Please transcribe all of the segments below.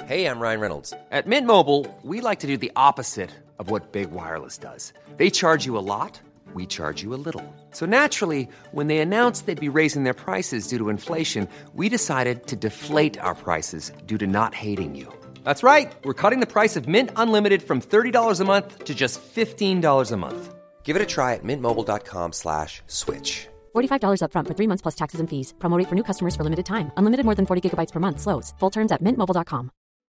Hey, I'm Ryan Reynolds. At Mint Mobile, we like to do the opposite of what Big Wireless does. They charge you a lot, we charge you a little. So naturally, when they announced they'd be raising their prices due to inflation, we decided to deflate our prices due to not hating you. That's right. We're cutting the price of Mint Unlimited from $30 a month to just $15 a month. Give it a try at mintmobile.com/switch. $45 up front for 3 months plus taxes and fees. Promo rate for new customers for limited time. Unlimited more than 40 gigabytes per month. Slows full terms at mintmobile.com.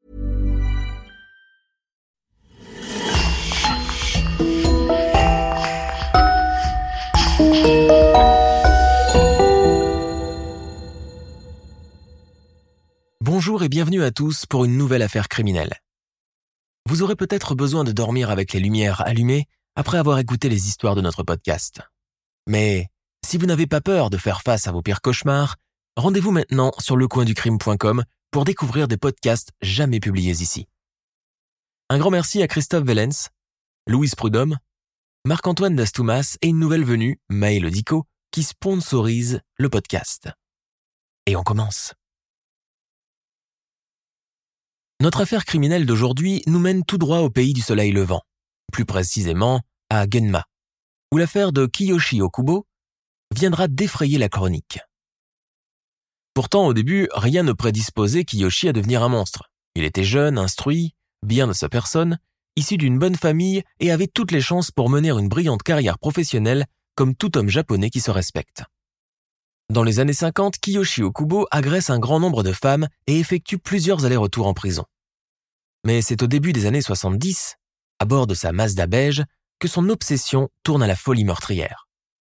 Bonjour et bienvenue à tous pour une nouvelle affaire criminelle. Vous aurez peut-être besoin de dormir avec les lumières allumées après avoir écouté les histoires de notre podcast. Mais si vous n'avez pas peur de faire face à vos pires cauchemars, rendez-vous maintenant sur lecoinducrime.com pour découvrir des podcasts jamais publiés ici. Un grand merci à Christophe Vellens, Louise Prudhomme, Marc-Antoine Dastoumas et une nouvelle venue, Maëlle Dico, qui sponsorise le podcast. Et on commence. Notre affaire criminelle d'aujourd'hui nous mène tout droit au pays du soleil levant, plus précisément à Gunma, où l'affaire de Kiyoshi Okubo viendra défrayer la chronique. Pourtant, au début, rien ne prédisposait Kiyoshi à devenir un monstre. Il était jeune, instruit, bien de sa personne, issu d'une bonne famille et avait toutes les chances pour mener une brillante carrière professionnelle comme tout homme japonais qui se respecte. Dans les années 50, Kiyoshi Okubo agresse un grand nombre de femmes et effectue plusieurs allers-retours en prison. Mais c'est au début des années 70, à bord de sa Mazda beige, que son obsession tourne à la folie meurtrière.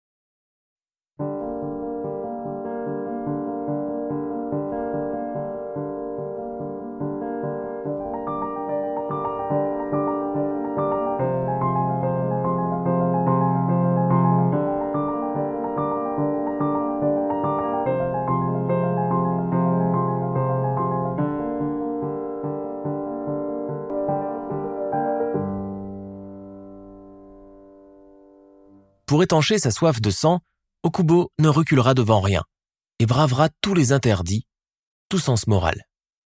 Pour étancher sa soif de sang, Okubo ne reculera devant rien et bravera tous les interdits, tout sens moral.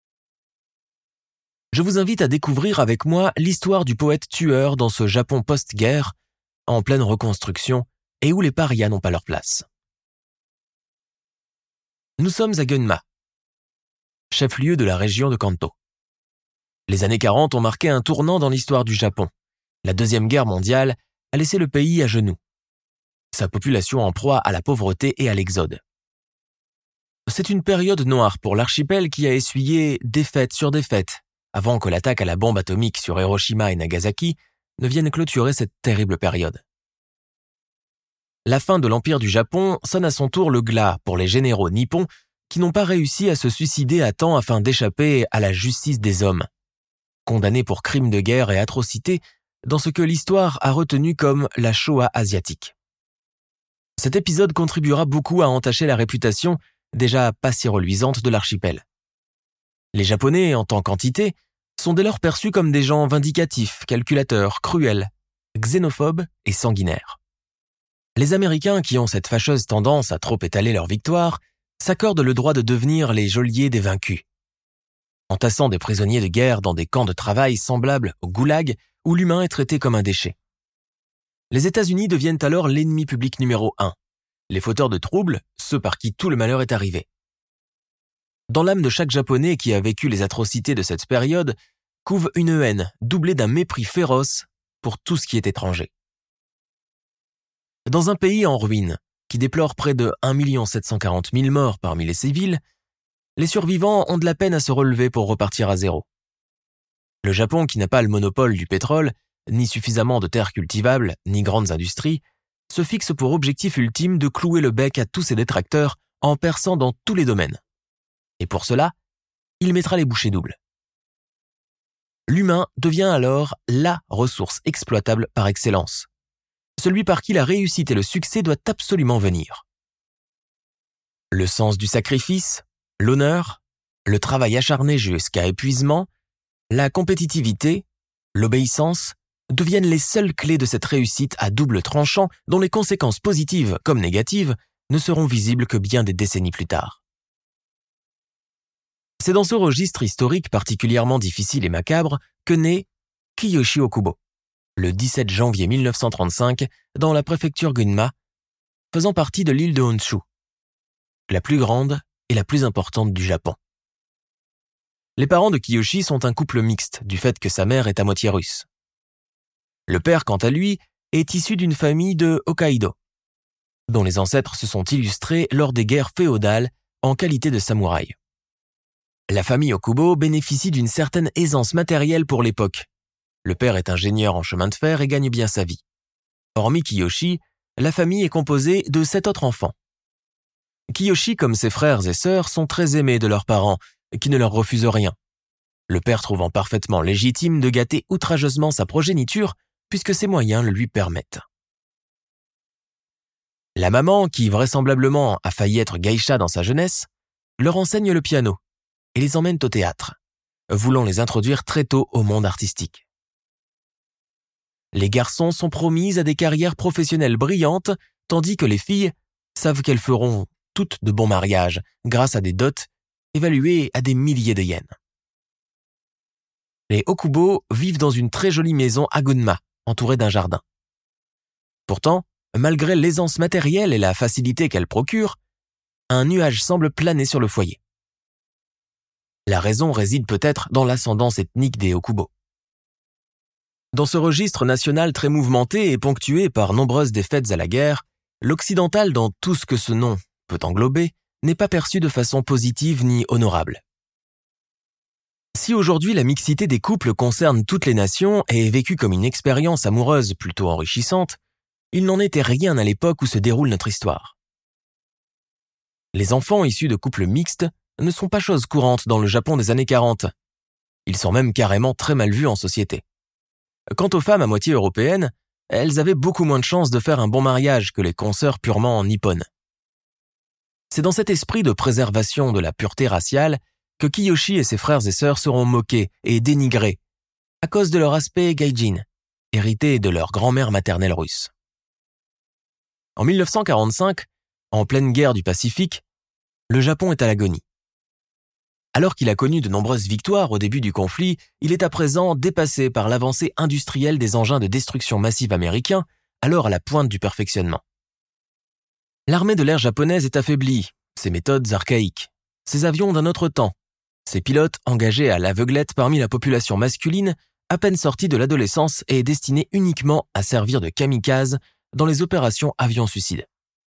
Je vous invite à découvrir avec moi l'histoire du poète tueur dans ce Japon post-guerre, en pleine reconstruction et où les parias n'ont pas leur place. Nous sommes à Gunma, chef-lieu de la région de Kanto. Les années 40 ont marqué un tournant dans l'histoire du Japon. La Deuxième Guerre mondiale a laissé le pays à genoux, sa population en proie à la pauvreté et à l'exode. C'est une période noire pour l'archipel qui a essuyé défaite sur défaite avant que l'attaque à la bombe atomique sur Hiroshima et Nagasaki ne vienne clôturer cette terrible période. La fin de l'Empire du Japon sonne à son tour le glas pour les généraux nippons qui n'ont pas réussi à se suicider à temps afin d'échapper à la justice des hommes, condamnés pour crimes de guerre et atrocités dans ce que l'histoire a retenu comme la Shoah asiatique. Cet épisode contribuera beaucoup à entacher la réputation déjà pas si reluisante de l'archipel. Les Japonais, en tant qu'entité, sont dès lors perçus comme des gens vindicatifs, calculateurs, cruels, xénophobes et sanguinaires. Les Américains, qui ont cette fâcheuse tendance à trop étaler leur victoire, s'accordent le droit de devenir les geôliers des vaincus, entassant des prisonniers de guerre dans des camps de travail semblables au goulag où l'humain est traité comme un déchet. Les États-Unis deviennent alors l'ennemi public numéro 1, les fauteurs de troubles, ceux par qui tout le malheur est arrivé. Dans l'âme de chaque Japonais qui a vécu les atrocités de cette période, couve une haine doublée d'un mépris féroce pour tout ce qui est étranger. Dans un pays en ruine, qui déplore près de 1 740 000 morts parmi les civils, les survivants ont de la peine à se relever pour repartir à zéro. Le Japon, qui n'a pas le monopole du pétrole, ni suffisamment de terres cultivables, ni grandes industries, se fixe pour objectif ultime de clouer le bec à tous ses détracteurs en perçant dans tous les domaines. Et pour cela, il mettra les bouchées doubles. L'humain devient alors la ressource exploitable par excellence, celui par qui la réussite et le succès doivent absolument venir. Le sens du sacrifice, l'honneur, le travail acharné jusqu'à épuisement, la compétitivité, l'obéissance deviennent les seules clés de cette réussite à double tranchant dont les conséquences positives comme négatives ne seront visibles que bien des décennies plus tard. C'est dans ce registre historique particulièrement difficile et macabre que naît Kiyoshi Okubo, le 17 janvier 1935 dans la préfecture Gunma, faisant partie de l'île de Honshu, la plus grande et la plus importante du Japon. Les parents de Kiyoshi sont un couple mixte du fait que sa mère est à moitié russe. Le père, quant à lui, est issu d'une famille de Hokkaido, dont les ancêtres se sont illustrés lors des guerres féodales en qualité de samouraï. La famille Okubo bénéficie d'une certaine aisance matérielle pour l'époque. Le père est ingénieur en chemin de fer et gagne bien sa vie. Hormis Kiyoshi, la famille est composée de 7 autres enfants. Kiyoshi, comme ses frères et sœurs, sont très aimés de leurs parents, qui ne leur refusent rien. Le père trouvant parfaitement légitime de gâter outrageusement sa progéniture, puisque ses moyens le lui permettent. La maman, qui vraisemblablement a failli être geisha dans sa jeunesse, leur enseigne le piano et les emmène au théâtre, voulant les introduire très tôt au monde artistique. Les garçons sont promis à des carrières professionnelles brillantes, tandis que les filles savent qu'elles feront toutes de bons mariages grâce à des dots évaluées à des milliers de yens. Les Okubo vivent dans une très jolie maison à Gunma, entourée d'un jardin. Pourtant, malgré l'aisance matérielle et la facilité qu'elle procure, un nuage semble planer sur le foyer. La raison réside peut-être dans l'ascendance ethnique des Okubo. Dans ce registre national très mouvementé et ponctué par nombreuses défaites à la guerre, l'occidental dans tout ce que ce nom peut englober n'est pas perçu de façon positive ni honorable. Si aujourd'hui la mixité des couples concerne toutes les nations et est vécue comme une expérience amoureuse plutôt enrichissante, il n'en était rien à l'époque où se déroule notre histoire. Les enfants issus de couples mixtes ne sont pas chose courante dans le Japon des années 40. Ils sont même carrément très mal vus en société. Quant aux femmes à moitié européennes, elles avaient beaucoup moins de chances de faire un bon mariage que les consoeurs purement nippones. C'est dans cet esprit de préservation de la pureté raciale que Kiyoshi et ses frères et sœurs seront moqués et dénigrés à cause de leur aspect gaijin, hérité de leur grand-mère maternelle russe. En 1945, en pleine guerre du Pacifique, le Japon est à l'agonie. Alors qu'il a connu de nombreuses victoires au début du conflit, il est à présent dépassé par l'avancée industrielle des engins de destruction massive américains, alors à la pointe du perfectionnement. L'armée de l'air japonaise est affaiblie, ses méthodes archaïques, ses avions d'un autre temps, ses pilotes engagés à l'aveuglette parmi la population masculine, à peine sortie de l'adolescence et destinée uniquement à servir de kamikaze dans les opérations avions-suicides.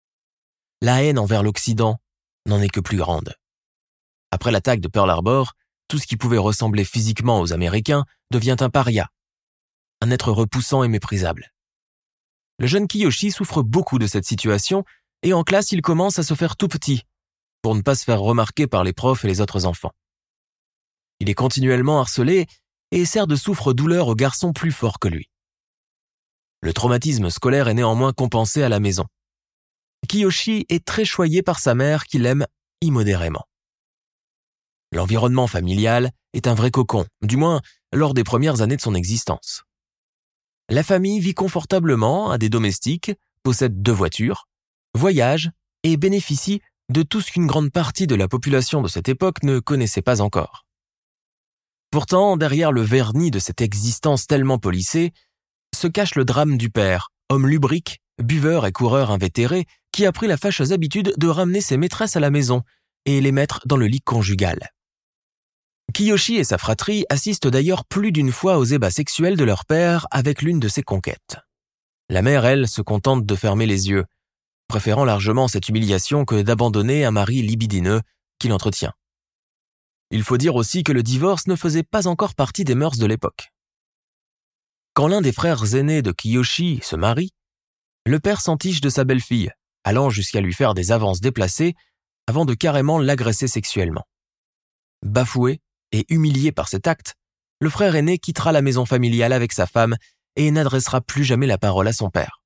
La haine envers l'Occident n'en est que plus grande. Après l'attaque de Pearl Harbor, tout ce qui pouvait ressembler physiquement aux Américains devient un paria, un être repoussant et méprisable. Le jeune Kiyoshi souffre beaucoup de cette situation et en classe il commence à se faire tout petit pour ne pas se faire remarquer par les profs et les autres enfants. Il est continuellement harcelé et sert de souffre-douleur aux garçons plus forts que lui. Le traumatisme scolaire est néanmoins compensé à la maison. Kiyoshi est très choyé par sa mère qui l'aime immodérément. L'environnement familial est un vrai cocon, du moins lors des premières années de son existence. La famille vit confortablement, a des domestiques, possède 2 voitures, voyage et bénéficie de tout ce qu'une grande partie de la population de cette époque ne connaissait pas encore. Pourtant, derrière le vernis de cette existence tellement polissée, se cache le drame du père, homme lubrique, buveur et coureur invétéré, qui a pris la fâcheuse habitude de ramener ses maîtresses à la maison et les mettre dans le lit conjugal. Kiyoshi et sa fratrie assistent d'ailleurs plus d'une fois aux ébats sexuels de leur père avec l'une de ses conquêtes. La mère, elle, se contente de fermer les yeux, préférant largement cette humiliation que d'abandonner un mari libidineux qui l'entretient. Il faut dire aussi que le divorce ne faisait pas encore partie des mœurs de l'époque. Quand l'un des frères aînés de Kiyoshi se marie, le père s'entiche de sa belle-fille, allant jusqu'à lui faire des avances déplacées avant de carrément l'agresser sexuellement. Bafoué et humilié par cet acte, le frère aîné quittera la maison familiale avec sa femme et n'adressera plus jamais la parole à son père.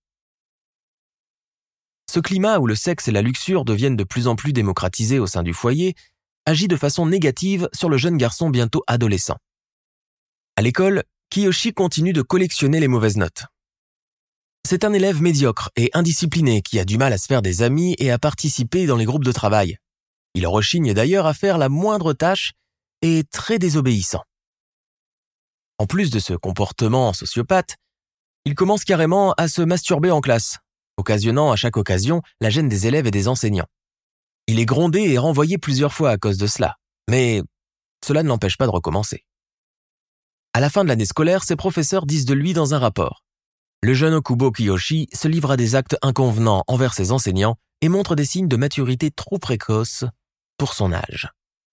Ce climat où le sexe et la luxure deviennent de plus en plus démocratisés au sein du foyer agit de façon négative sur le jeune garçon bientôt adolescent. À l'école, Kiyoshi continue de collectionner les mauvaises notes. C'est un élève médiocre et indiscipliné qui a du mal à se faire des amis et à participer dans les groupes de travail. Il rechigne d'ailleurs à faire la moindre tâche et très désobéissant. En plus de ce comportement sociopathe, il commence carrément à se masturber en classe, occasionnant à chaque occasion la gêne des élèves et des enseignants. Il est grondé et renvoyé plusieurs fois à cause de cela, mais cela ne l'empêche pas de recommencer. À la fin de l'année scolaire, ses professeurs disent de lui dans un rapport: le jeune Okubo Kiyoshi se livre à des actes inconvenants envers ses enseignants et montre des signes de maturité trop précoces pour son âge.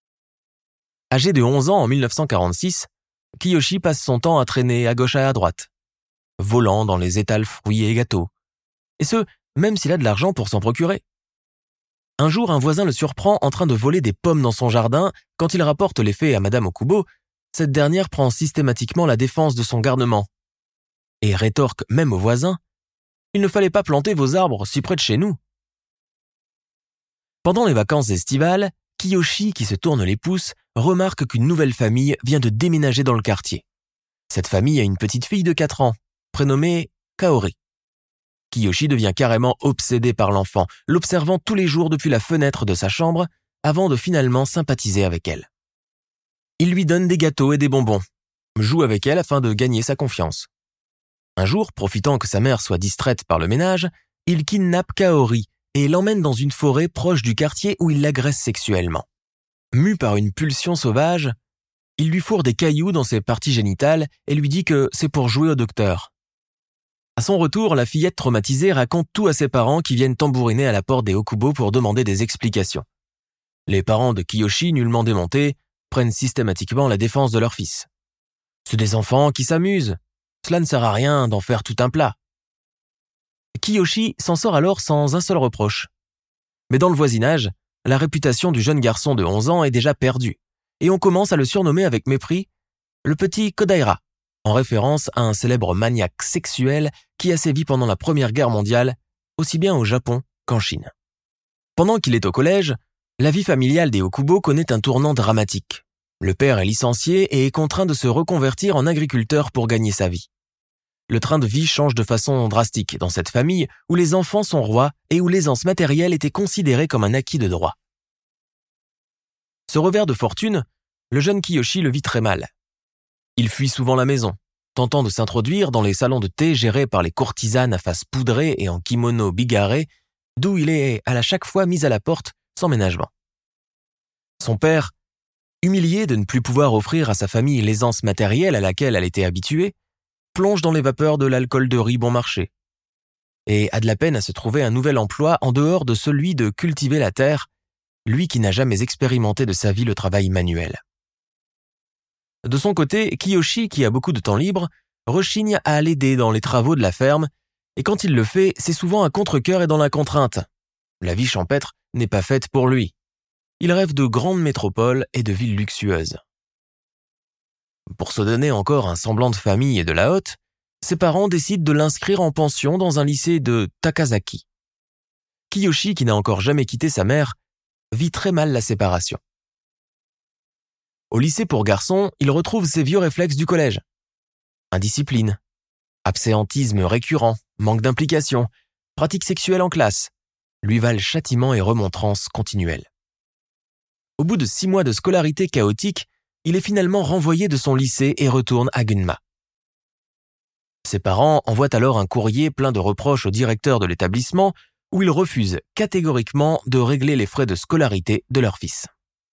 Âgé de 11 ans en 1946, Kiyoshi passe son temps à traîner à gauche et à droite, volant dans les étals fruits et gâteaux, et ce, même s'il a de l'argent pour s'en procurer. Un jour, un voisin le surprend en train de voler des pommes dans son jardin. Quand il rapporte les faits à Madame Okubo, cette dernière prend systématiquement la défense de son garnement et rétorque même au voisin: « Il ne fallait pas planter vos arbres si près de chez nous. » Pendant les vacances estivales, Kiyoshi, qui se tourne les pouces, remarque qu'une nouvelle famille vient de déménager dans le quartier. Cette famille a une petite fille de 4 ans, prénommée Kaori. Kiyoshi devient carrément obsédé par l'enfant, l'observant tous les jours depuis la fenêtre de sa chambre, avant de finalement sympathiser avec elle. Il lui donne des gâteaux et des bonbons, joue avec elle afin de gagner sa confiance. Un jour, profitant que sa mère soit distraite par le ménage, il kidnappe Kaori et l'emmène dans une forêt proche du quartier où il l'agresse sexuellement. Mu par une pulsion sauvage, il lui fourre des cailloux dans ses parties génitales et lui dit que c'est pour jouer au docteur. À son retour, la fillette traumatisée raconte tout à ses parents qui viennent tambouriner à la porte des Okubo pour demander des explications. Les parents de Kiyoshi, nullement démontés, prennent systématiquement la défense de leur fils. C'est des enfants qui s'amusent. Cela ne sert à rien d'en faire tout un plat. Kiyoshi s'en sort alors sans un seul reproche. Mais dans le voisinage, la réputation du jeune garçon de 11 ans est déjà perdue, et on commence à le surnommer avec mépris le petit Kodaira, en référence à un célèbre maniaque sexuel qui a sévi pendant la Première Guerre mondiale, aussi bien au Japon qu'en Chine. Pendant qu'il est au collège, la vie familiale des Okubo connaît un tournant dramatique. Le père est licencié et est contraint de se reconvertir en agriculteur pour gagner sa vie. Le train de vie change de façon drastique dans cette famille où les enfants sont rois et où l'aisance matérielle était considérée comme un acquis de droit. Ce revers de fortune, le jeune Kiyoshi le vit très mal. Il fuit souvent la maison, tentant de s'introduire dans les salons de thé gérés par les courtisanes à face poudrée et en kimono bigarré, d'où il est à chaque fois mis à la porte sans ménagement. Son père, humilié de ne plus pouvoir offrir à sa famille l'aisance matérielle à laquelle elle était habituée, plonge dans les vapeurs de l'alcool de riz bon marché et a de la peine à se trouver un nouvel emploi en dehors de celui de cultiver la terre, lui qui n'a jamais expérimenté de sa vie le travail manuel. De son côté, Kiyoshi, qui a beaucoup de temps libre, rechigne à l'aider dans les travaux de la ferme, et quand il le fait, c'est souvent à contre-cœur et dans la contrainte. La vie champêtre n'est pas faite pour lui. Il rêve de grandes métropoles et de villes luxueuses. Pour se donner encore un semblant de famille et de la hotte, ses parents décident de l'inscrire en pension dans un lycée de Takasaki. Kiyoshi, qui n'a encore jamais quitté sa mère, vit très mal la séparation. Au lycée pour garçons, il retrouve ses vieux réflexes du collège. Indiscipline, absentéisme récurrent, manque d'implication, pratiques sexuelles en classe, lui valent châtiment et remontrances continuelles. Au bout de 6 mois de scolarité chaotique, il est finalement renvoyé de son lycée et retourne à Gunma. Ses parents envoient alors un courrier plein de reproches au directeur de l'établissement où il refuse catégoriquement de régler les frais de scolarité de leur fils.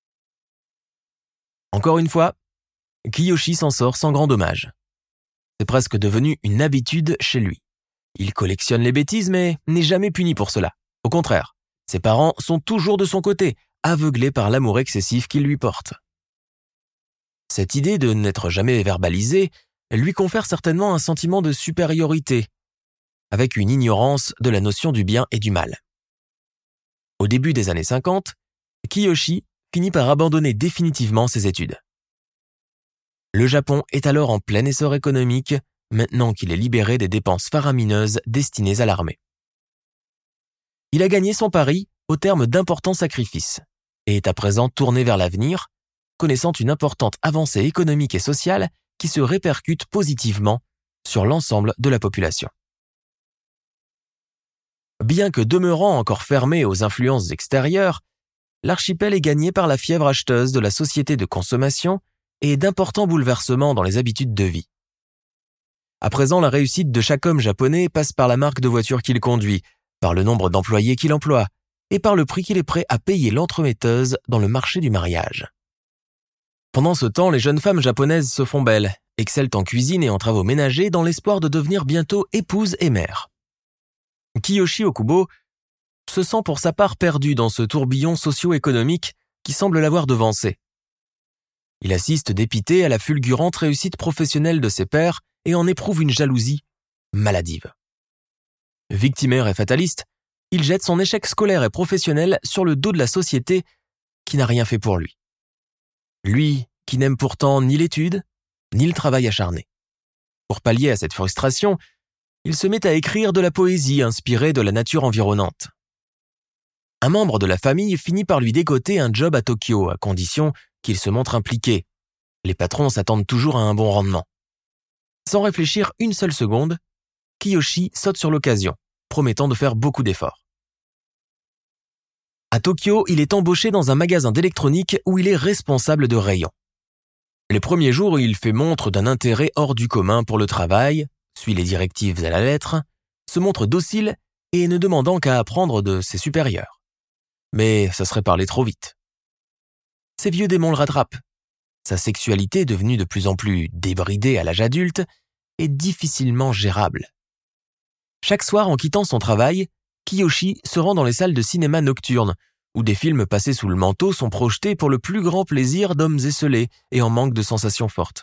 Encore une fois, Kiyoshi s'en sort sans grand dommage. C'est presque devenu une habitude chez lui. Il collectionne les bêtises mais n'est jamais puni pour cela. Au contraire, ses parents sont toujours de son côté, aveuglés par l'amour excessif qu'il lui porte. Cette idée de n'être jamais verbalisé lui confère certainement un sentiment de supériorité, avec une ignorance de la notion du bien et du mal. Au début des années 50, Kiyoshi finit par abandonner définitivement ses études. Le Japon est alors en plein essor économique, maintenant qu'il est libéré des dépenses faramineuses destinées à l'armée. Il a gagné son pari au terme d'importants sacrifices et est à présent tourné vers l'avenir, connaissant une importante avancée économique et sociale qui se répercute positivement sur l'ensemble de la population. Bien que demeurant encore fermé aux influences extérieures, l'archipel est gagné par la fièvre acheteuse de la société de consommation et d'importants bouleversements dans les habitudes de vie. À présent, la réussite de chaque homme japonais passe par la marque de voiture qu'il conduit, par le nombre d'employés qu'il emploie et par le prix qu'il est prêt à payer l'entremetteuse dans le marché du mariage. Pendant ce temps, les jeunes femmes japonaises se font belles, excellent en cuisine et en travaux ménagers dans l'espoir de devenir bientôt épouse et mère. Kiyoshi Okubo se sent pour sa part perdu dans ce tourbillon socio-économique qui semble l'avoir devancé. Il assiste dépité à la fulgurante réussite professionnelle de ses pairs et en éprouve une jalousie maladive. Victimaire et fataliste, il jette son échec scolaire et professionnel sur le dos de la société qui n'a rien fait pour lui. Lui qui n'aime pourtant ni l'étude, ni le travail acharné. Pour pallier à cette frustration, il se met à écrire de la poésie inspirée de la nature environnante. Un membre de la famille finit par lui dégoter un job à Tokyo à condition qu'il se montre impliqué. Les patrons s'attendent toujours à un bon rendement. Sans réfléchir une seule seconde, Kiyoshi saute sur l'occasion, promettant de faire beaucoup d'efforts. À Tokyo, il est embauché dans un magasin d'électronique où il est responsable de rayon. Les premiers jours, il fait montre d'un intérêt hors du commun pour le travail, suit les directives à la lettre, se montre docile et ne demandant qu'à apprendre de ses supérieurs. Mais ça serait parler trop vite. Ses vieux démons le rattrapent. Sa sexualité, devenue de plus en plus débridée à l'âge adulte, est difficilement gérable. Chaque soir, en quittant son travail, Kiyoshi se rend dans les salles de cinéma nocturnes, où des films passés sous le manteau sont projetés pour le plus grand plaisir d'hommes esselés et en manque de sensations fortes.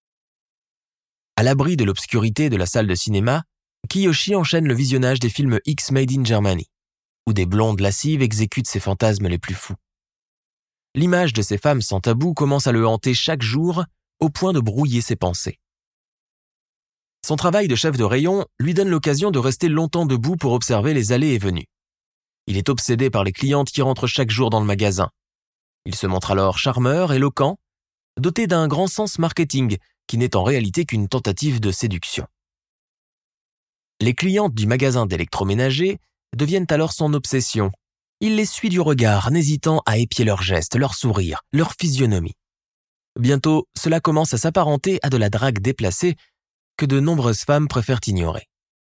À l'abri de l'obscurité de la salle de cinéma, Kiyoshi enchaîne le visionnage des films X Made in Germany, où des blondes lascives exécutent ses fantasmes les plus fous. L'image de ces femmes sans tabou commence à le hanter chaque jour, au point de brouiller ses pensées. Son travail de chef de rayon lui donne l'occasion de rester longtemps debout pour observer les allées et venues. Il est obsédé par les clientes qui rentrent chaque jour dans le magasin. Il se montre alors charmeur, éloquent, doté d'un grand sens marketing qui n'est en réalité qu'une tentative de séduction. Les clientes du magasin d'électroménager deviennent alors son obsession. Il les suit du regard, n'hésitant à épier leurs gestes, leurs sourires, leur physionomie. Bientôt, cela commence à s'apparenter à de la drague déplacée que de nombreuses femmes préfèrent ignorer.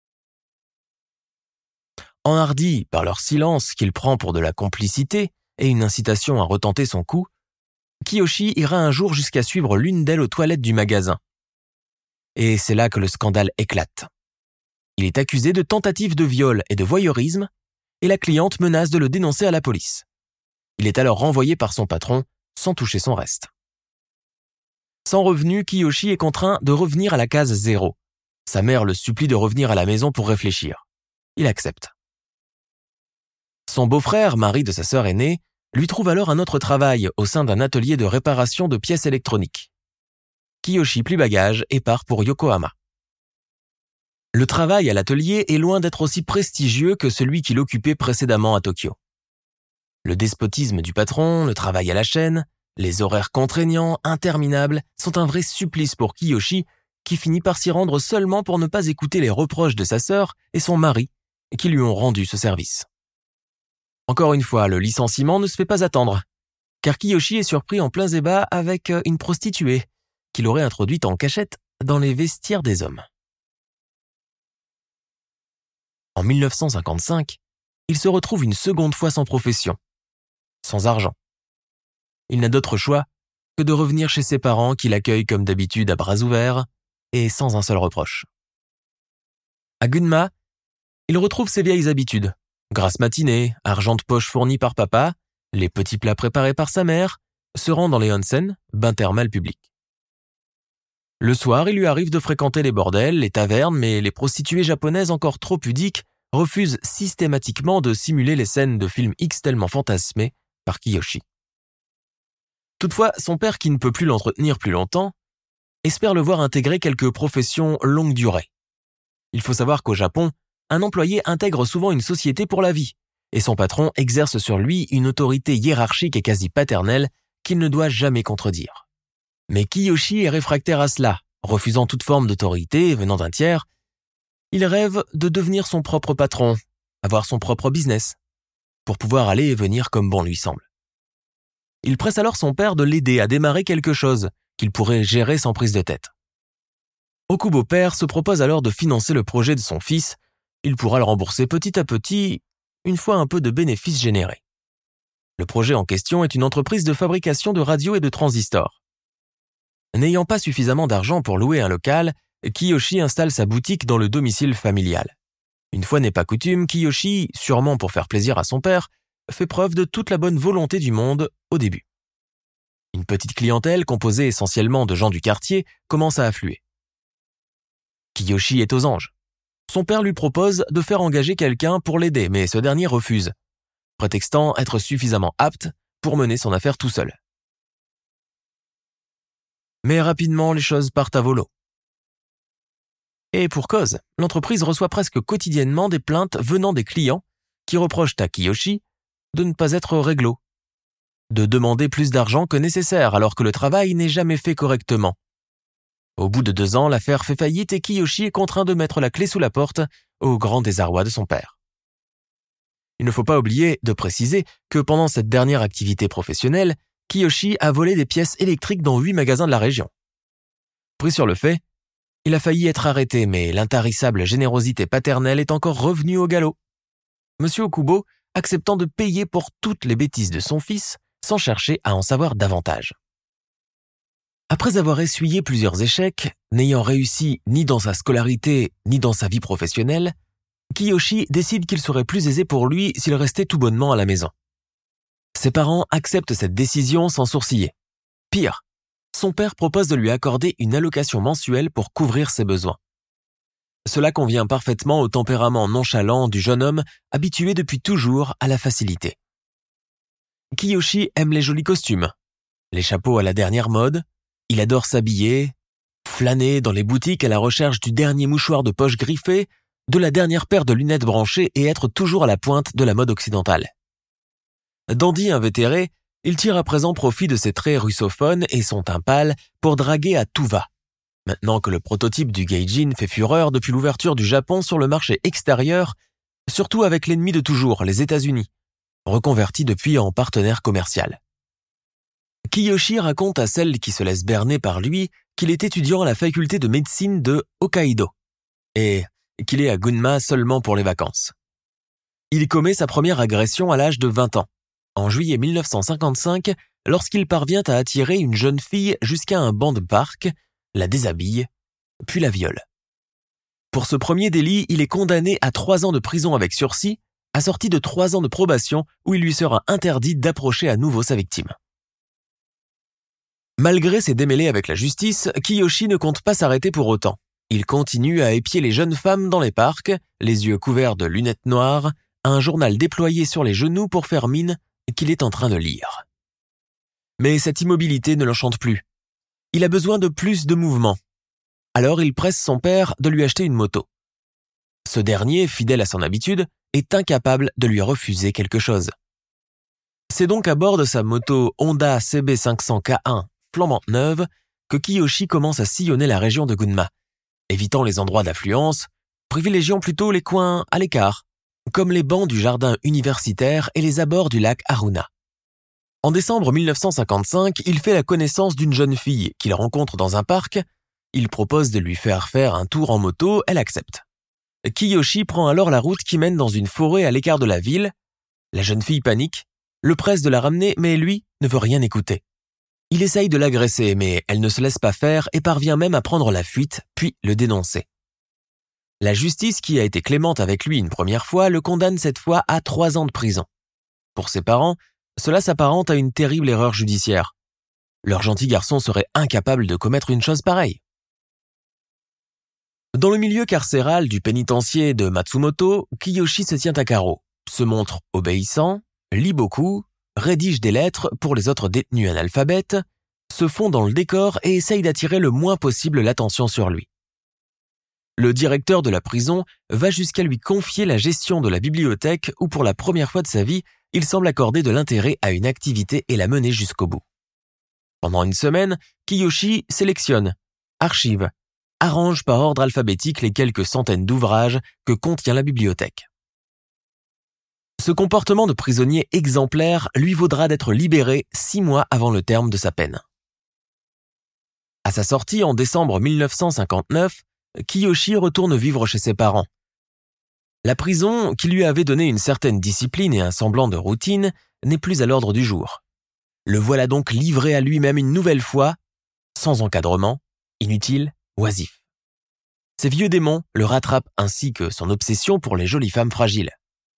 Enhardi par leur silence qu'il prend pour de la complicité et une incitation à retenter son coup, Kiyoshi ira un jour jusqu'à suivre l'une d'elles aux toilettes du magasin. Et c'est là que le scandale éclate. Il est accusé de tentative de viol et de voyeurisme, et la cliente menace de le dénoncer à la police. Il est alors renvoyé par son patron, sans toucher son reste. Sans revenu, Kiyoshi est contraint de revenir à la case 0. Sa mère le supplie de revenir à la maison pour réfléchir. Il accepte. Son beau-frère, mari de sa sœur aînée, lui trouve alors un autre travail au sein d'un atelier de réparation de pièces électroniques. Kiyoshi plie bagage et part pour Yokohama. Le travail à l'atelier est loin d'être aussi prestigieux que celui qu'il occupait précédemment à Tokyo. Le despotisme du patron, le travail à la chaîne, les horaires contraignants, interminables, sont un vrai supplice pour Kiyoshi, qui finit par s'y rendre seulement pour ne pas écouter les reproches de sa sœur et son mari, qui lui ont rendu ce service. Encore une fois, le licenciement ne se fait pas attendre, car Kiyoshi est surpris en plein zébat avec une prostituée, qu'il aurait introduite en cachette dans les vestiaires des hommes. En 1955, il se retrouve une seconde fois sans profession, sans argent. Il n'a d'autre choix que de revenir chez ses parents qui l'accueillent comme d'habitude à bras ouverts et sans un seul reproche. À Gunma, il retrouve ses vieilles habitudes, grasse matinée, argent de poche fourni par papa, les petits plats préparés par sa mère, se rend dans les onsen, bains thermales publics. Le soir, il lui arrive de fréquenter les bordels, les tavernes, mais les prostituées japonaises encore trop pudiques refusent systématiquement de simuler les scènes de films X tellement fantasmés par Kiyoshi. Toutefois, son père, qui ne peut plus l'entretenir plus longtemps, espère le voir intégrer quelques professions longue durée. Il faut savoir qu'au Japon, un employé intègre souvent une société pour la vie, et son patron exerce sur lui une autorité hiérarchique et quasi paternelle qu'il ne doit jamais contredire. Mais Kiyoshi est réfractaire à cela, refusant toute forme d'autorité venant d'un tiers. Il rêve de devenir son propre patron, avoir son propre business, pour pouvoir aller et venir comme bon lui semble. Il presse alors son père de l'aider à démarrer quelque chose qu'il pourrait gérer sans prise de tête. Okubo père se propose alors de financer le projet de son fils. Il pourra le rembourser petit à petit, une fois un peu de bénéfices générés. Le projet en question est une entreprise de fabrication de radios et de transistors. N'ayant pas suffisamment d'argent pour louer un local, Kiyoshi installe sa boutique dans le domicile familial. Une fois n'est pas coutume, Kiyoshi, sûrement pour faire plaisir à son père, fait preuve de toute la bonne volonté du monde au début. Une petite clientèle composée essentiellement de gens du quartier commence à affluer. Kiyoshi est aux anges. Son père lui propose de faire engager quelqu'un pour l'aider, mais ce dernier refuse, prétextant être suffisamment apte pour mener son affaire tout seul. Mais rapidement, les choses partent à volo. Et pour cause, l'entreprise reçoit presque quotidiennement des plaintes venant des clients qui reprochent à Kiyoshi de ne pas être réglo, de demander plus d'argent que nécessaire alors que le travail n'est jamais fait correctement. Au bout de 2 ans, l'affaire fait faillite et Kiyoshi est contraint de mettre la clé sous la porte au grand désarroi de son père. Il ne faut pas oublier de préciser que pendant cette dernière activité professionnelle, Kiyoshi a volé des pièces électriques dans 8 magasins de la région. Pris sur le fait, il a failli être arrêté, mais l'intarissable générosité paternelle est encore revenue au galop. Monsieur Okubo acceptant de payer pour toutes les bêtises de son fils sans chercher à en savoir davantage. Après avoir essuyé plusieurs échecs, n'ayant réussi ni dans sa scolarité ni dans sa vie professionnelle, Kiyoshi décide qu'il serait plus aisé pour lui s'il restait tout bonnement à la maison. Ses parents acceptent cette décision sans sourciller. Pire, son père propose de lui accorder une allocation mensuelle pour couvrir ses besoins. Cela convient parfaitement au tempérament nonchalant du jeune homme habitué depuis toujours à la facilité. Kiyoshi aime les jolis costumes, les chapeaux à la dernière mode. Il adore s'habiller, flâner dans les boutiques à la recherche du dernier mouchoir de poche griffé, de la dernière paire de lunettes branchées et être toujours à la pointe de la mode occidentale. Dandy invétéré, il tire à présent profit de ses traits russophones et son teint pâle pour draguer à tout va. Maintenant que le prototype du gaijin fait fureur depuis l'ouverture du Japon sur le marché extérieur, surtout avec l'ennemi de toujours, les États-Unis, reconverti depuis en partenaire commercial. Kiyoshi raconte à celle qui se laisse berner par lui qu'il est étudiant à la faculté de médecine de Hokkaido et qu'il est à Gunma seulement pour les vacances. Il commet sa première agression à l'âge de 20 ans, en juillet 1955, lorsqu'il parvient à attirer une jeune fille jusqu'à un banc de parc, la déshabille, puis la viole. Pour ce premier délit, il est condamné à 3 ans de prison avec sursis, assorti de 3 ans de probation où il lui sera interdit d'approcher à nouveau sa victime. Malgré ses démêlés avec la justice, Kiyoshi ne compte pas s'arrêter pour autant. Il continue à épier les jeunes femmes dans les parcs, les yeux couverts de lunettes noires, un journal déployé sur les genoux pour faire mine qu'il est en train de lire. Mais cette immobilité ne l'enchante plus. Il a besoin de plus de mouvement. Alors il presse son père de lui acheter une moto. Ce dernier, fidèle à son habitude, est incapable de lui refuser quelque chose. C'est donc à bord de sa moto Honda CB500K1 flambante neuve que Kiyoshi commence à sillonner la région de Gunma, évitant les endroits d'affluence, privilégiant plutôt les coins à l'écart, comme les bancs du jardin universitaire et les abords du lac Haruna. En décembre 1955, il fait la connaissance d'une jeune fille qu'il rencontre dans un parc. Il propose de lui faire un tour en moto, elle accepte. Kiyoshi prend alors la route qui mène dans une forêt à l'écart de la ville. La jeune fille panique, le presse de la ramener, mais lui ne veut rien écouter. Il essaye de l'agresser, mais elle ne se laisse pas faire et parvient même à prendre la fuite, puis le dénoncer. La justice, qui a été clémente avec lui une première fois, le condamne cette fois à 3 ans de prison. Pour ses parents, cela s'apparente à une terrible erreur judiciaire. Leur gentil garçon serait incapable de commettre une chose pareille. Dans le milieu carcéral du pénitencier de Matsumoto, Kiyoshi se tient à carreau, se montre obéissant, lit beaucoup, rédige des lettres pour les autres détenus analphabètes, se fond dans le décor et essaye d'attirer le moins possible l'attention sur lui. Le directeur de la prison va jusqu'à lui confier la gestion de la bibliothèque où pour la première fois de sa vie, il semble accorder de l'intérêt à une activité et la mener jusqu'au bout. Pendant une semaine, Kiyoshi sélectionne, archive, arrange par ordre alphabétique les quelques centaines d'ouvrages que contient la bibliothèque. Ce comportement de prisonnier exemplaire lui vaudra d'être libéré 6 mois avant le terme de sa peine. À sa sortie en décembre 1959, Kiyoshi retourne vivre chez ses parents. La prison, qui lui avait donné une certaine discipline et un semblant de routine, n'est plus à l'ordre du jour. Le voilà donc livré à lui-même une nouvelle fois, sans encadrement, inutile, oisif. Ses vieux démons le rattrapent ainsi que son obsession pour les jolies femmes fragiles.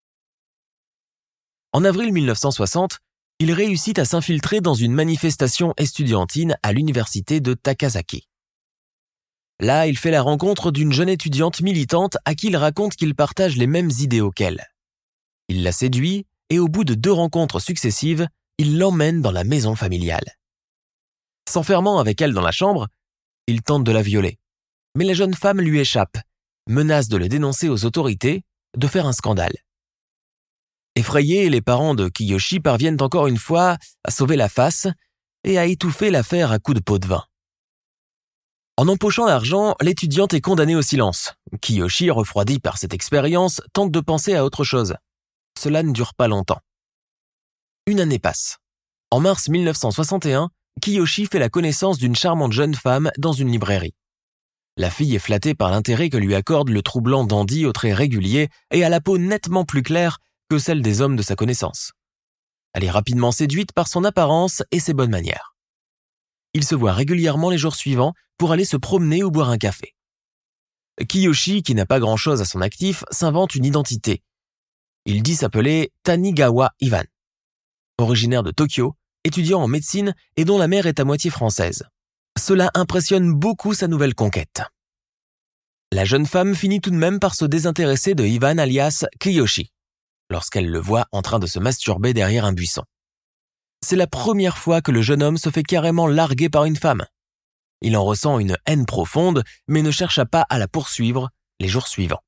En avril 1960, il réussit à s'infiltrer dans une manifestation estudiantine à l'université de Takasaki. Là, il fait la rencontre d'une jeune étudiante militante à qui il raconte qu'il partage les mêmes idéaux qu'elle. Il la séduit et au bout de 2 rencontres successives, il l'emmène dans la maison familiale. S'enfermant avec elle dans la chambre, il tente de la violer. Mais la jeune femme lui échappe, menace de le dénoncer aux autorités, de faire un scandale. Effrayés, les parents de Kiyoshi parviennent encore une fois à sauver la face et à étouffer l'affaire à coups de pot de vin. En empochant l'argent, l'étudiante est condamnée au silence. Kiyoshi, refroidi par cette expérience, tente de penser à autre chose. Cela ne dure pas longtemps. Une année passe. En mars 1961, Kiyoshi fait la connaissance d'une charmante jeune femme dans une librairie. La fille est flattée par l'intérêt que lui accorde le troublant dandy aux traits réguliers et à la peau nettement plus claire que celle des hommes de sa connaissance. Elle est rapidement séduite par son apparence et ses bonnes manières. Ils se voient régulièrement les jours suivants pour aller se promener ou boire un café. Kiyoshi, qui n'a pas grand-chose à son actif, s'invente une identité. Il dit s'appeler Tanigawa Ivan. Originaire de Tokyo, étudiant en médecine et dont la mère est à moitié française. Cela impressionne beaucoup sa nouvelle conquête. La jeune femme finit tout de même par se désintéresser de Ivan alias Kiyoshi, lorsqu'elle le voit en train de se masturber derrière un buisson. C'est la première fois que le jeune homme se fait carrément larguer par une femme. Il en ressent une haine profonde, mais ne chercha pas à la poursuivre les jours suivants.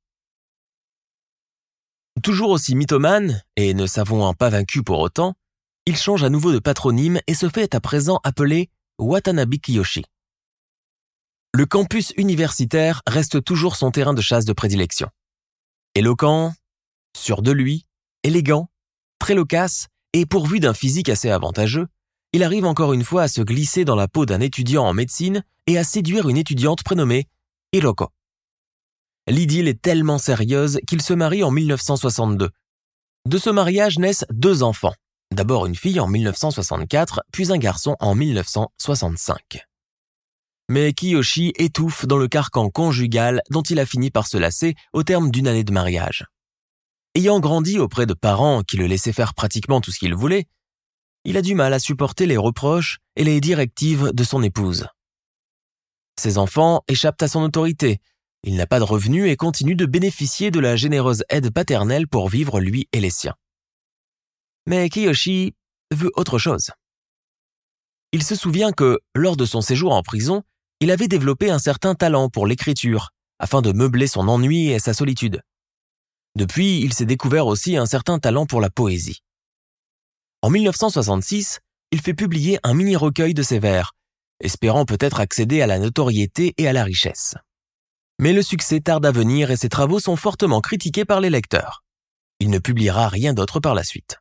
Toujours aussi mythomane, et ne s'avouant pas vaincu pour autant, il change à nouveau de patronyme et se fait à présent appeler Watanabe Kiyoshi. Le campus universitaire reste toujours son terrain de chasse de prédilection. Éloquent, sûr de lui, élégant, très loquace et pourvu d'un physique assez avantageux, il arrive encore une fois à se glisser dans la peau d'un étudiant en médecine et à séduire une étudiante prénommée Hiroko. L'idylle est tellement sérieuse qu'il se marie en 1962. De ce mariage naissent 2 enfants. D'abord une fille en 1964, puis un garçon en 1965. Mais Kiyoshi étouffe dans le carcan conjugal dont il a fini par se lasser au terme d'une année de mariage. Ayant grandi auprès de parents qui le laissaient faire pratiquement tout ce qu'il voulait, il a du mal à supporter les reproches et les directives de son épouse. Ses enfants échappent à son autorité. Il n'a pas de revenus et continue de bénéficier de la généreuse aide paternelle pour vivre lui et les siens. Mais Kiyoshi veut autre chose. Il se souvient que, lors de son séjour en prison, il avait développé un certain talent pour l'écriture, afin de meubler son ennui et sa solitude. Depuis, il s'est découvert aussi un certain talent pour la poésie. En 1966, il fait publier un mini-recueil de ses vers, espérant peut-être accéder à la notoriété et à la richesse. Mais le succès tarde à venir et ses travaux sont fortement critiqués par les lecteurs. Il ne publiera rien d'autre par la suite.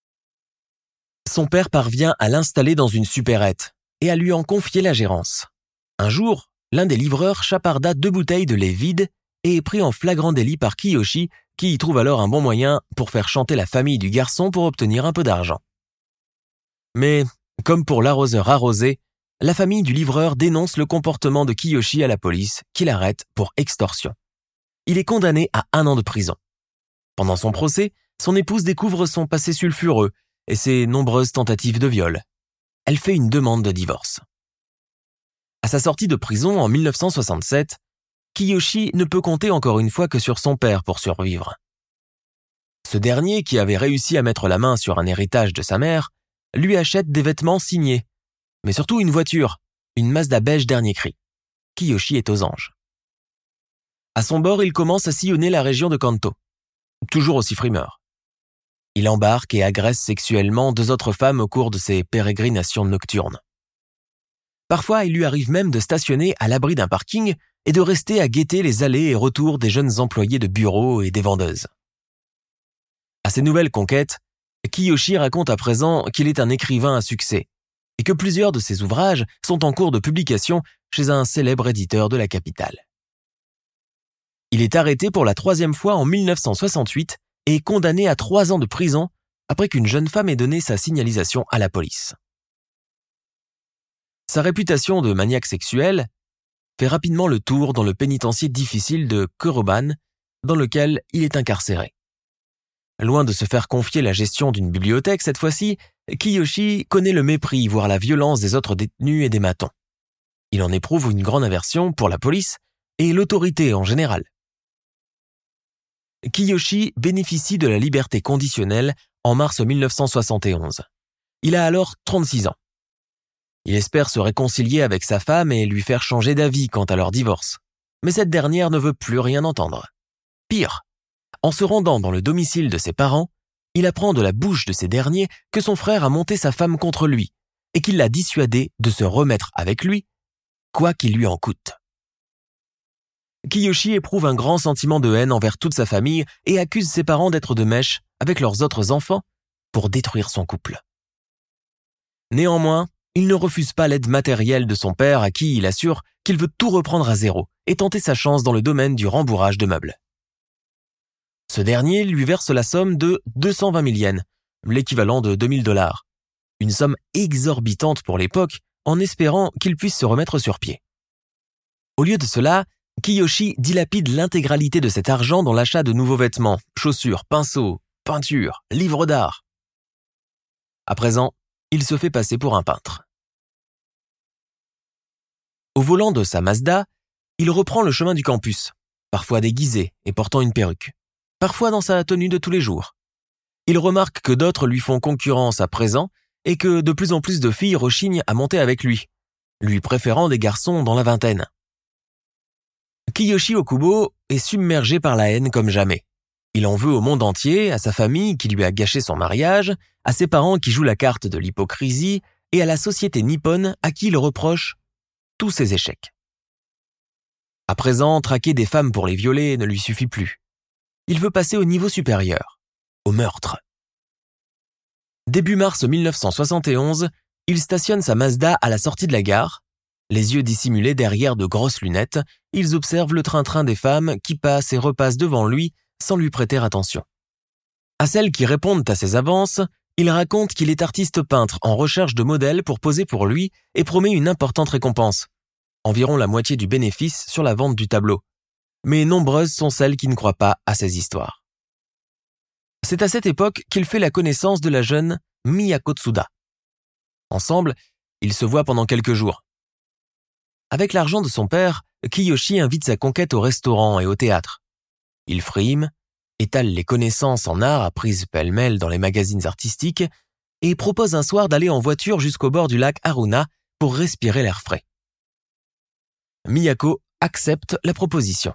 Son père parvient à l'installer dans une supérette et à lui en confier la gérance. Un jour, l'un des livreurs chaparda 2 bouteilles de lait vides et est pris en flagrant délit par Kiyoshi, qui y trouve alors un bon moyen pour faire chanter la famille du garçon pour obtenir un peu d'argent. Mais, comme pour l'arroseur arrosé, la famille du livreur dénonce le comportement de Kiyoshi à la police, qui l'arrête pour extorsion. Il est condamné à 1 an de prison. Pendant son procès, son épouse découvre son passé sulfureux et ses nombreuses tentatives de viol. Elle fait une demande de divorce. À sa sortie de prison en 1967, Kiyoshi ne peut compter encore une fois que sur son père pour survivre. Ce dernier, qui avait réussi à mettre la main sur un héritage de sa mère, lui achète des vêtements signés, mais surtout une voiture, une Mazda beige dernier cri. Kiyoshi est aux anges. À son bord, il commence à sillonner la région de Kanto, toujours aussi frimeur. Il embarque et agresse sexuellement 2 autres femmes au cours de ses pérégrinations nocturnes. Parfois, il lui arrive même de stationner à l'abri d'un parking et de rester à guetter les allées et retours des jeunes employés de bureau et des vendeuses. À ses nouvelles conquêtes, Kiyoshi raconte à présent qu'il est un écrivain à succès et que plusieurs de ses ouvrages sont en cours de publication chez un célèbre éditeur de la capitale. Il est arrêté pour la 3e fois en 1968 et condamné à 3 ans de prison après qu'une jeune femme ait donné sa signalisation à la police. Sa réputation de maniaque sexuel fait rapidement le tour dans le pénitencier difficile de Koroban, dans lequel il est incarcéré. Loin de se faire confier la gestion d'une bibliothèque cette fois-ci, Kiyoshi connaît le mépris, voire la violence des autres détenus et des matons. Il en éprouve une grande aversion pour la police et l'autorité en général. Kiyoshi bénéficie de la liberté conditionnelle en mars 1971. Il a alors 36 ans. Il espère se réconcilier avec sa femme et lui faire changer d'avis quant à leur divorce. Mais cette dernière ne veut plus rien entendre. Pire, en se rendant dans le domicile de ses parents, il apprend de la bouche de ces derniers que son frère a monté sa femme contre lui et qu'il l'a dissuadé de se remettre avec lui, quoi qu'il lui en coûte. Kiyoshi éprouve un grand sentiment de haine envers toute sa famille et accuse ses parents d'être de mèche avec leurs autres enfants pour détruire son couple. Néanmoins, il ne refuse pas l'aide matérielle de son père à qui il assure qu'il veut tout reprendre à zéro et tenter sa chance dans le domaine du rembourrage de meubles. Ce dernier lui verse la somme de 220 000 yens, l'équivalent de $2000, une somme exorbitante pour l'époque, en espérant qu'il puisse se remettre sur pied. Au lieu de cela, Kiyoshi dilapide l'intégralité de cet argent dans l'achat de nouveaux vêtements, chaussures, pinceaux, peintures, livres d'art. À présent, il se fait passer pour un peintre. Au volant de sa Mazda, il reprend le chemin du campus, parfois déguisé et portant une perruque, parfois dans sa tenue de tous les jours. Il remarque que d'autres lui font concurrence à présent et que de plus en plus de filles rechignent à monter avec lui préférant des garçons dans la vingtaine. Kiyoshi Okubo est submergé par la haine comme jamais. Il en veut au monde entier, à sa famille qui lui a gâché son mariage, à ses parents qui jouent la carte de l'hypocrisie et à la société nippone à qui il reproche tous ses échecs. À présent, traquer des femmes pour les violer ne lui suffit plus. Il veut passer au niveau supérieur, au meurtre. Début mars 1971, il stationne sa Mazda à la sortie de la gare. Les yeux dissimulés derrière de grosses lunettes, ils observent le train-train des femmes qui passent et repassent devant lui sans lui prêter attention. À celles qui répondent à ses avances, il raconte qu'il est artiste peintre en recherche de modèles pour poser pour lui et promet une importante récompense, environ la moitié du bénéfice sur la vente du tableau. Mais nombreuses sont celles qui ne croient pas à ces histoires. C'est à cette époque qu'il fait la connaissance de la jeune Miyako Tsuda. Ensemble, ils se voient pendant quelques jours. Avec l'argent de son père, Kiyoshi invite sa conquête au restaurant et au théâtre. Il frime, étale les connaissances en art apprises pêle-mêle dans les magazines artistiques et propose un soir d'aller en voiture jusqu'au bord du lac Haruna pour respirer l'air frais. Miyako accepte la proposition.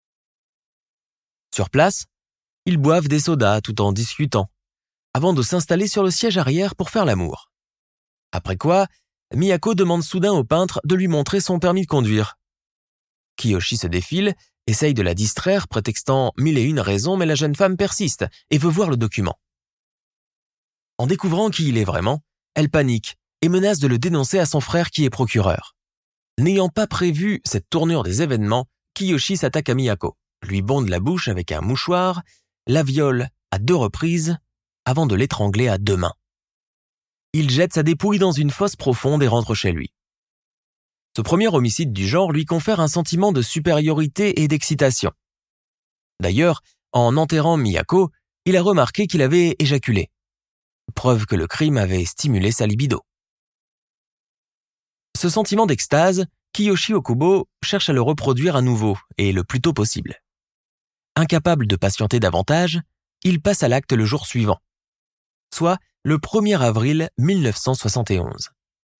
Sur place, ils boivent des sodas tout en discutant, avant de s'installer sur le siège arrière pour faire l'amour. Après quoi, Miyako demande soudain au peintre de lui montrer son permis de conduire. Kiyoshi se défile, essaye de la distraire, prétextant 1001 raisons, mais la jeune femme persiste et veut voir le document. En découvrant qui il est vraiment, elle panique et menace de le dénoncer à son frère qui est procureur. N'ayant pas prévu cette tournure des événements, Kiyoshi s'attaque à Miyako, lui bonde la bouche avec un mouchoir, la viole à 2 reprises avant de l'étrangler à 2 mains. Il jette sa dépouille dans une fosse profonde et rentre chez lui. Ce premier homicide du genre lui confère un sentiment de supériorité et d'excitation. D'ailleurs, en enterrant Miyako, il a remarqué qu'il avait éjaculé. Preuve que le crime avait stimulé sa libido. Ce sentiment d'extase, Kiyoshi Okubo cherche à le reproduire à nouveau et le plus tôt possible. Incapable de patienter davantage, il passe à l'acte le jour suivant, soit le 1er avril 1971.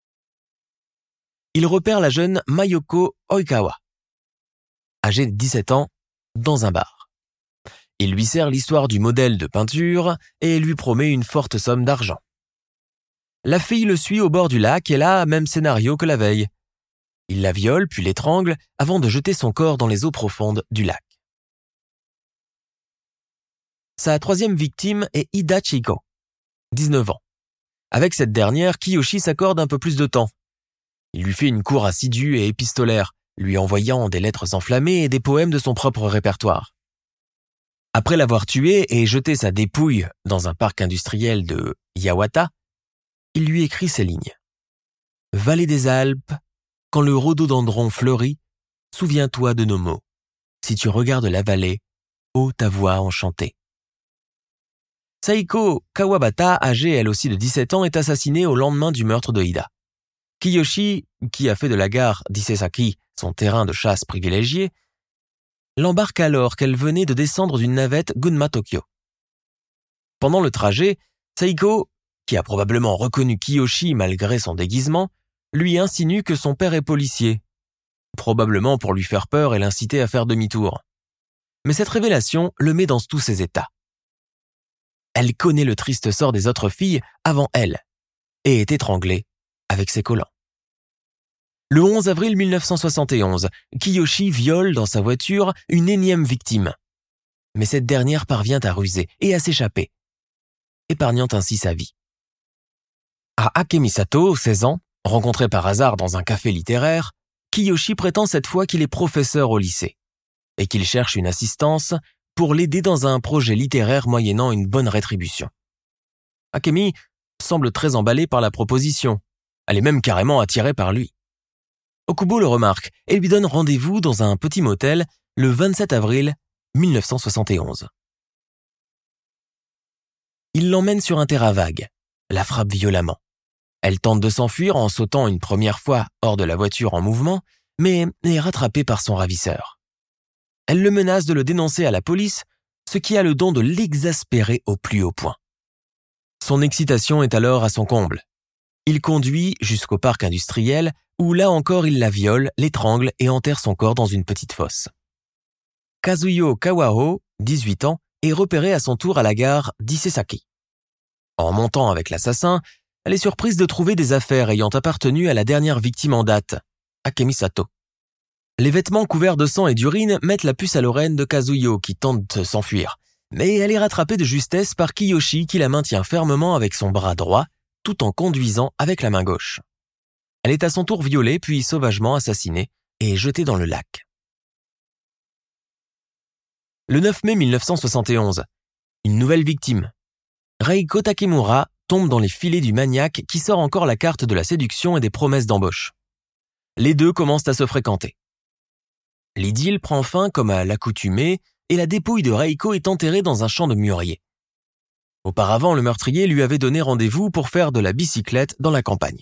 Il repère la jeune Mayoko Oikawa, âgée de 17 ans, dans un bar. Il lui sert l'histoire du modèle de peinture et lui promet une forte somme d'argent. La fille le suit au bord du lac et là, même scénario que la veille. Il la viole puis l'étrangle avant de jeter son corps dans les eaux profondes du lac. Sa troisième victime est Ida Chieko, 19 ans. Avec cette dernière, Kiyoshi s'accorde un peu plus de temps. Il lui fait une cour assidue et épistolaire, lui envoyant des lettres enflammées et des poèmes de son propre répertoire. Après l'avoir tuée et jeté sa dépouille dans un parc industriel de Yawata, il lui écrit ces lignes. « Vallée des Alpes, quand le rhododendron fleurit, souviens-toi de nos mots. Si tu regardes la vallée, ô ta voix enchantée. » Saiko Kawabata, âgée elle aussi de 17 ans, est assassinée au lendemain du meurtre de Ida. Kiyoshi, qui a fait de la gare d'Isesaki son terrain de chasse privilégié, l'embarque alors qu'elle venait de descendre d'une navette Gunma-Tokyo. Pendant le trajet, Saiko, qui a probablement reconnu Kiyoshi malgré son déguisement, lui insinue que son père est policier, probablement pour lui faire peur et l'inciter à faire demi-tour. Mais cette révélation le met dans tous ses états. Elle connaît le triste sort des autres filles avant elle et est étranglée avec ses collants. Le 11 avril 1971, Kiyoshi viole dans sa voiture une énième victime. Mais cette dernière parvient à ruser et à s'échapper, épargnant ainsi sa vie. À Akemisato, 16 ans, rencontré par hasard dans un café littéraire, Kiyoshi prétend cette fois qu'il est professeur au lycée et qu'il cherche une assistance pour l'aider dans un projet littéraire moyennant une bonne rétribution. Akemi semble très emballée par la proposition. Elle est même carrément attirée par lui. Okubo le remarque et lui donne rendez-vous dans un petit motel le 27 avril 1971. Il l'emmène sur un terrain vague, la frappe violemment. Elle tente de s'enfuir en sautant une première fois hors de la voiture en mouvement, mais est rattrapée par son ravisseur. Elle le menace de le dénoncer à la police, ce qui a le don de l'exaspérer au plus haut point. Son excitation est alors à son comble. Il conduit jusqu'au parc industriel où là encore il la viole, l'étrangle et enterre son corps dans une petite fosse. Kazuyo Kawao, 18 ans, est repéré à son tour à la gare d'Isesaki. En montant avec l'assassin, elle est surprise de trouver des affaires ayant appartenu à la dernière victime en date, Akemisato. Les vêtements couverts de sang et d'urine mettent la puce à l'oreille de Kazuyo qui tente de s'enfuir, mais elle est rattrapée de justesse par Kiyoshi qui la maintient fermement avec son bras droit tout en conduisant avec la main gauche. Elle est à son tour violée puis sauvagement assassinée et jetée dans le lac. Le 9 mai 1971, une nouvelle victime. Reiko Takemura tombe dans les filets du maniaque qui sort encore la carte de la séduction et des promesses d'embauche. Les deux commencent à se fréquenter. L'idylle prend fin comme à l'accoutumée et la dépouille de Reiko est enterrée dans un champ de mûriers. Auparavant, le meurtrier lui avait donné rendez-vous pour faire de la bicyclette dans la campagne.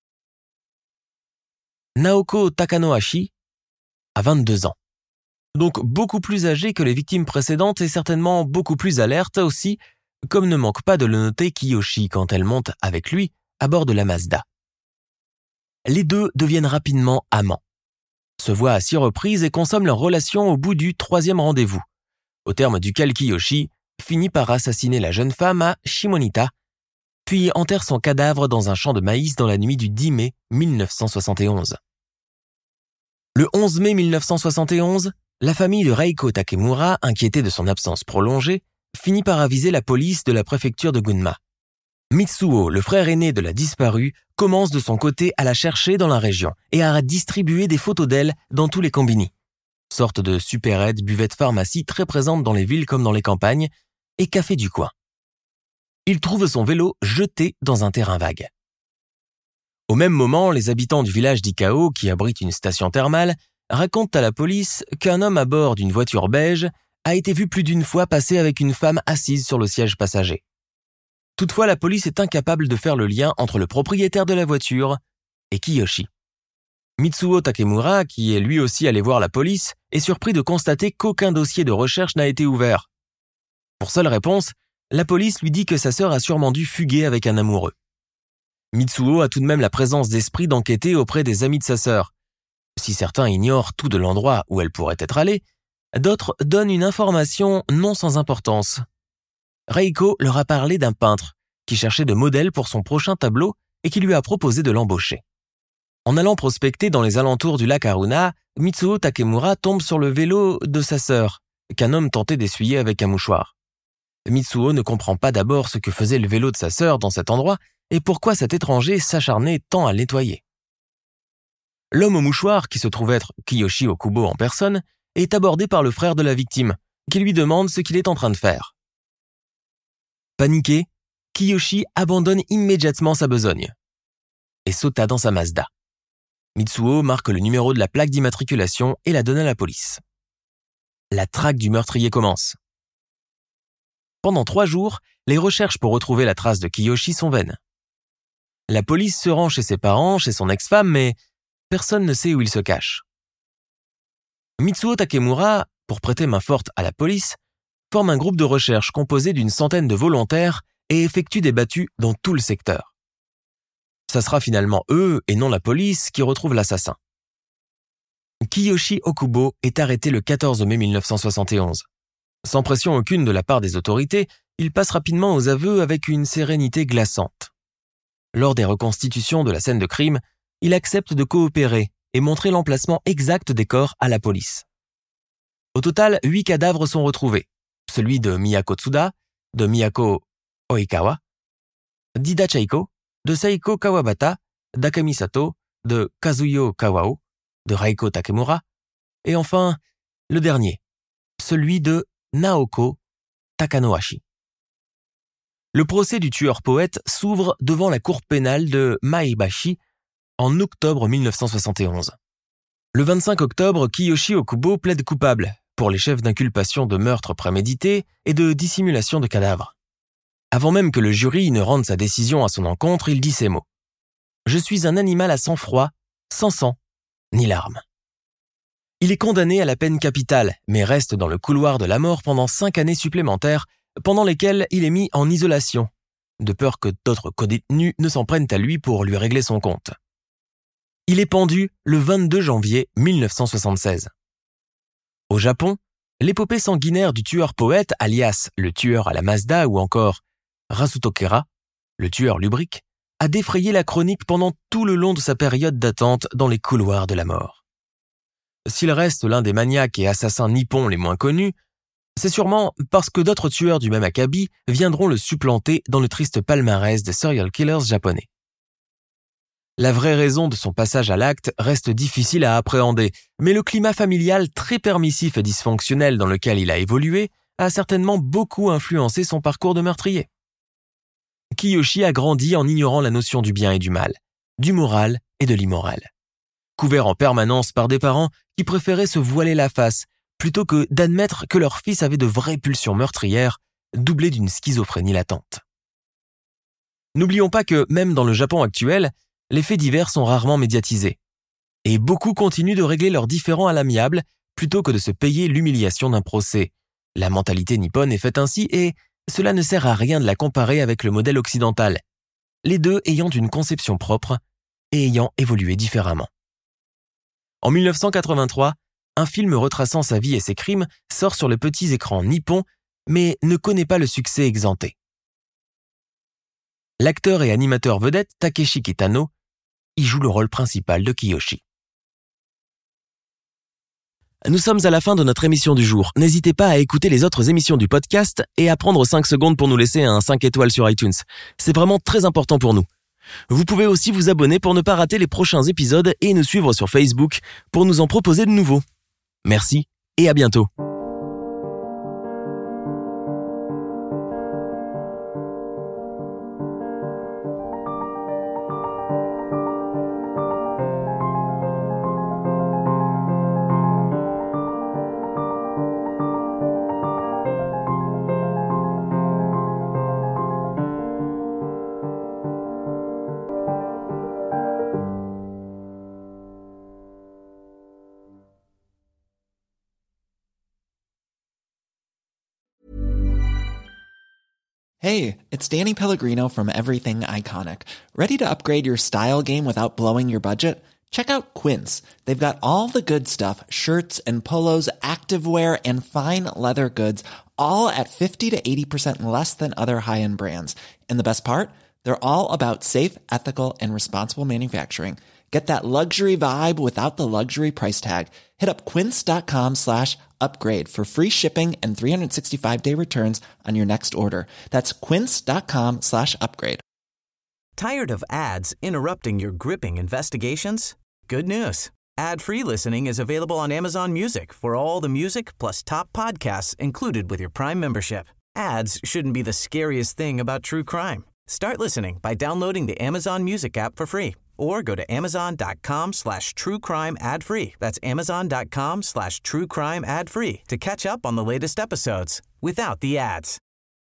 Naoko Takanohashi a 22 ans. Donc beaucoup plus âgée que les victimes précédentes et certainement beaucoup plus alerte aussi, comme ne manque pas de le noter Kiyoshi quand elle monte avec lui à bord de la Mazda. Les deux deviennent rapidement amants, se voient à 6 reprises et consomment leur relation au bout du 3e rendez-vous, au terme duquel Kiyoshi finit par assassiner la jeune femme à Shimonita, puis enterre son cadavre dans un champ de maïs dans la nuit du 10 mai 1971. Le 11 mai 1971, la famille de Reiko Takemura, inquiétée de son absence prolongée, finit par aviser la police de la préfecture de Gunma. Mitsuo, le frère aîné de la disparue, commence de son côté à la chercher dans la région et à distribuer des photos d'elle dans tous les combini, sorte de supérette buvette pharmacie très présente dans les villes comme dans les campagnes, et café du coin. Il trouve son vélo jeté dans un terrain vague. Au même moment, les habitants du village d'Ikao, qui abrite une station thermale, racontent à la police qu'un homme à bord d'une voiture beige a été vu plus d'une fois passer avec une femme assise sur le siège passager. Toutefois, la police est incapable de faire le lien entre le propriétaire de la voiture et Kiyoshi. Mitsuo Takemura, qui est lui aussi allé voir la police, est surpris de constater qu'aucun dossier de recherche n'a été ouvert. Pour seule réponse, la police lui dit que sa sœur a sûrement dû fuguer avec un amoureux. Mitsuo a tout de même la présence d'esprit d'enquêter auprès des amis de sa sœur. Si certains ignorent tout de l'endroit où elle pourrait être allée, d'autres donnent une information non sans importance. Reiko leur a parlé d'un peintre qui cherchait de modèles pour son prochain tableau et qui lui a proposé de l'embaucher. En allant prospecter dans les alentours du lac Haruna, Mitsuo Takemura tombe sur le vélo de sa sœur, qu'un homme tentait d'essuyer avec un mouchoir. Mitsuo ne comprend pas d'abord ce que faisait le vélo de sa sœur dans cet endroit et pourquoi cet étranger s'acharnait tant à le nettoyer. L'homme au mouchoir, qui se trouve être Kiyoshi Okubo en personne, est abordé par le frère de la victime, qui lui demande ce qu'il est en train de faire. Paniqué, Kiyoshi abandonne immédiatement sa besogne et sauta dans sa Mazda. Mitsuo marque le numéro de la plaque d'immatriculation et la donne à la police. La traque du meurtrier commence. Pendant 3 jours, les recherches pour retrouver la trace de Kiyoshi sont vaines. La police se rend chez ses parents, chez son ex-femme, mais personne ne sait où il se cache. Mitsuo Takemura, pour prêter main forte à la police, forme un groupe de recherche composé d'une centaine de volontaires et effectue des battues dans tout le secteur. Ça sera finalement eux, et non la police, qui retrouvent l'assassin. Kiyoshi Okubo est arrêté le 14 mai 1971. Sans pression aucune de la part des autorités, il passe rapidement aux aveux avec une sérénité glaçante. Lors des reconstitutions de la scène de crime, il accepte de coopérer et montrer l'emplacement exact des corps à la police. Au total, 8 cadavres sont retrouvés. Celui de Miyako Tsuda, de Miyako Oikawa, d'Ida Chaiko, de Seiko Kawabata, d'Akami Sato, de Kazuyo Kawao, de Reiko Takemura, et enfin, le dernier, celui de Naoko Takanohashi. Le procès du tueur-poète s'ouvre devant la cour pénale de Maebashi en octobre 1971. Le 25 octobre, Kiyoshi Okubo plaide coupable pour les chefs d'inculpation de meurtre prémédité et de dissimulation de cadavres. Avant même que le jury ne rende sa décision à son encontre, il dit ces mots. « Je suis un animal à sang froid, sans sang, ni larmes. » Il est condamné à la peine capitale, mais reste dans le couloir de la mort pendant 5 années supplémentaires, pendant lesquelles il est mis en isolation, de peur que d'autres codétenus ne s'en prennent à lui pour lui régler son compte. Il est pendu le 22 janvier 1976. Au Japon, l'épopée sanguinaire du tueur-poète, alias le tueur à la Mazda ou encore Rasutokera, le tueur lubrique, a défrayé la chronique pendant tout le long de sa période d'attente dans les couloirs de la mort. S'il reste l'un des maniaques et assassins nippons les moins connus, c'est sûrement parce que d'autres tueurs du même acabit viendront le supplanter dans le triste palmarès des serial killers japonais. La vraie raison de son passage à l'acte reste difficile à appréhender, mais le climat familial très permissif et dysfonctionnel dans lequel il a évolué a certainement beaucoup influencé son parcours de meurtrier. Kiyoshi a grandi en ignorant la notion du bien et du mal, du moral et de l'immoral. Couvert en permanence par des parents qui préféraient se voiler la face plutôt que d'admettre que leur fils avait de vraies pulsions meurtrières, doublées d'une schizophrénie latente. N'oublions pas que, même dans le Japon actuel, les faits divers sont rarement médiatisés. Et beaucoup continuent de régler leurs différends à l'amiable plutôt que de se payer l'humiliation d'un procès. La mentalité nippone est faite ainsi et cela ne sert à rien de la comparer avec le modèle occidental, les deux ayant une conception propre et ayant évolué différemment. En 1983, un film retraçant sa vie et ses crimes sort sur les petits écrans nippons, mais ne connaît pas le succès exempté. L'acteur et animateur vedette Takeshi Kitano y joue le rôle principal de Kiyoshi. Nous sommes à la fin de notre émission du jour. N'hésitez pas à écouter les autres émissions du podcast et à prendre 5 secondes pour nous laisser un 5 étoiles sur iTunes. C'est vraiment très important pour nous. Vous pouvez aussi vous abonner pour ne pas rater les prochains épisodes et nous suivre sur Facebook pour nous en proposer de nouveaux. Merci et à bientôt. Hey, it's Danny Pellegrino from Everything Iconic. Ready to upgrade your style game without blowing your budget? Check out Quince. They've got all the good stuff, shirts and polos, activewear, and fine leather goods, all at 50 to 80% less than other high-end brands. And the best part? They're all about safe, ethical, and responsible manufacturing. Get that luxury vibe without the luxury price tag. Hit up quince.com/upgrade for free shipping and 365-day returns on your next order. That's quince.com/upgrade. Tired of ads interrupting your gripping investigations? Good news. Ad-free listening is available on Amazon Music for all the music plus top podcasts included with your Prime membership. Ads shouldn't be the scariest thing about true crime. Start listening by downloading the Amazon Music app for free or go to amazon.com/truecrime ad-free. That's amazon.com/truecrime ad-free to catch up on the latest episodes without the ads.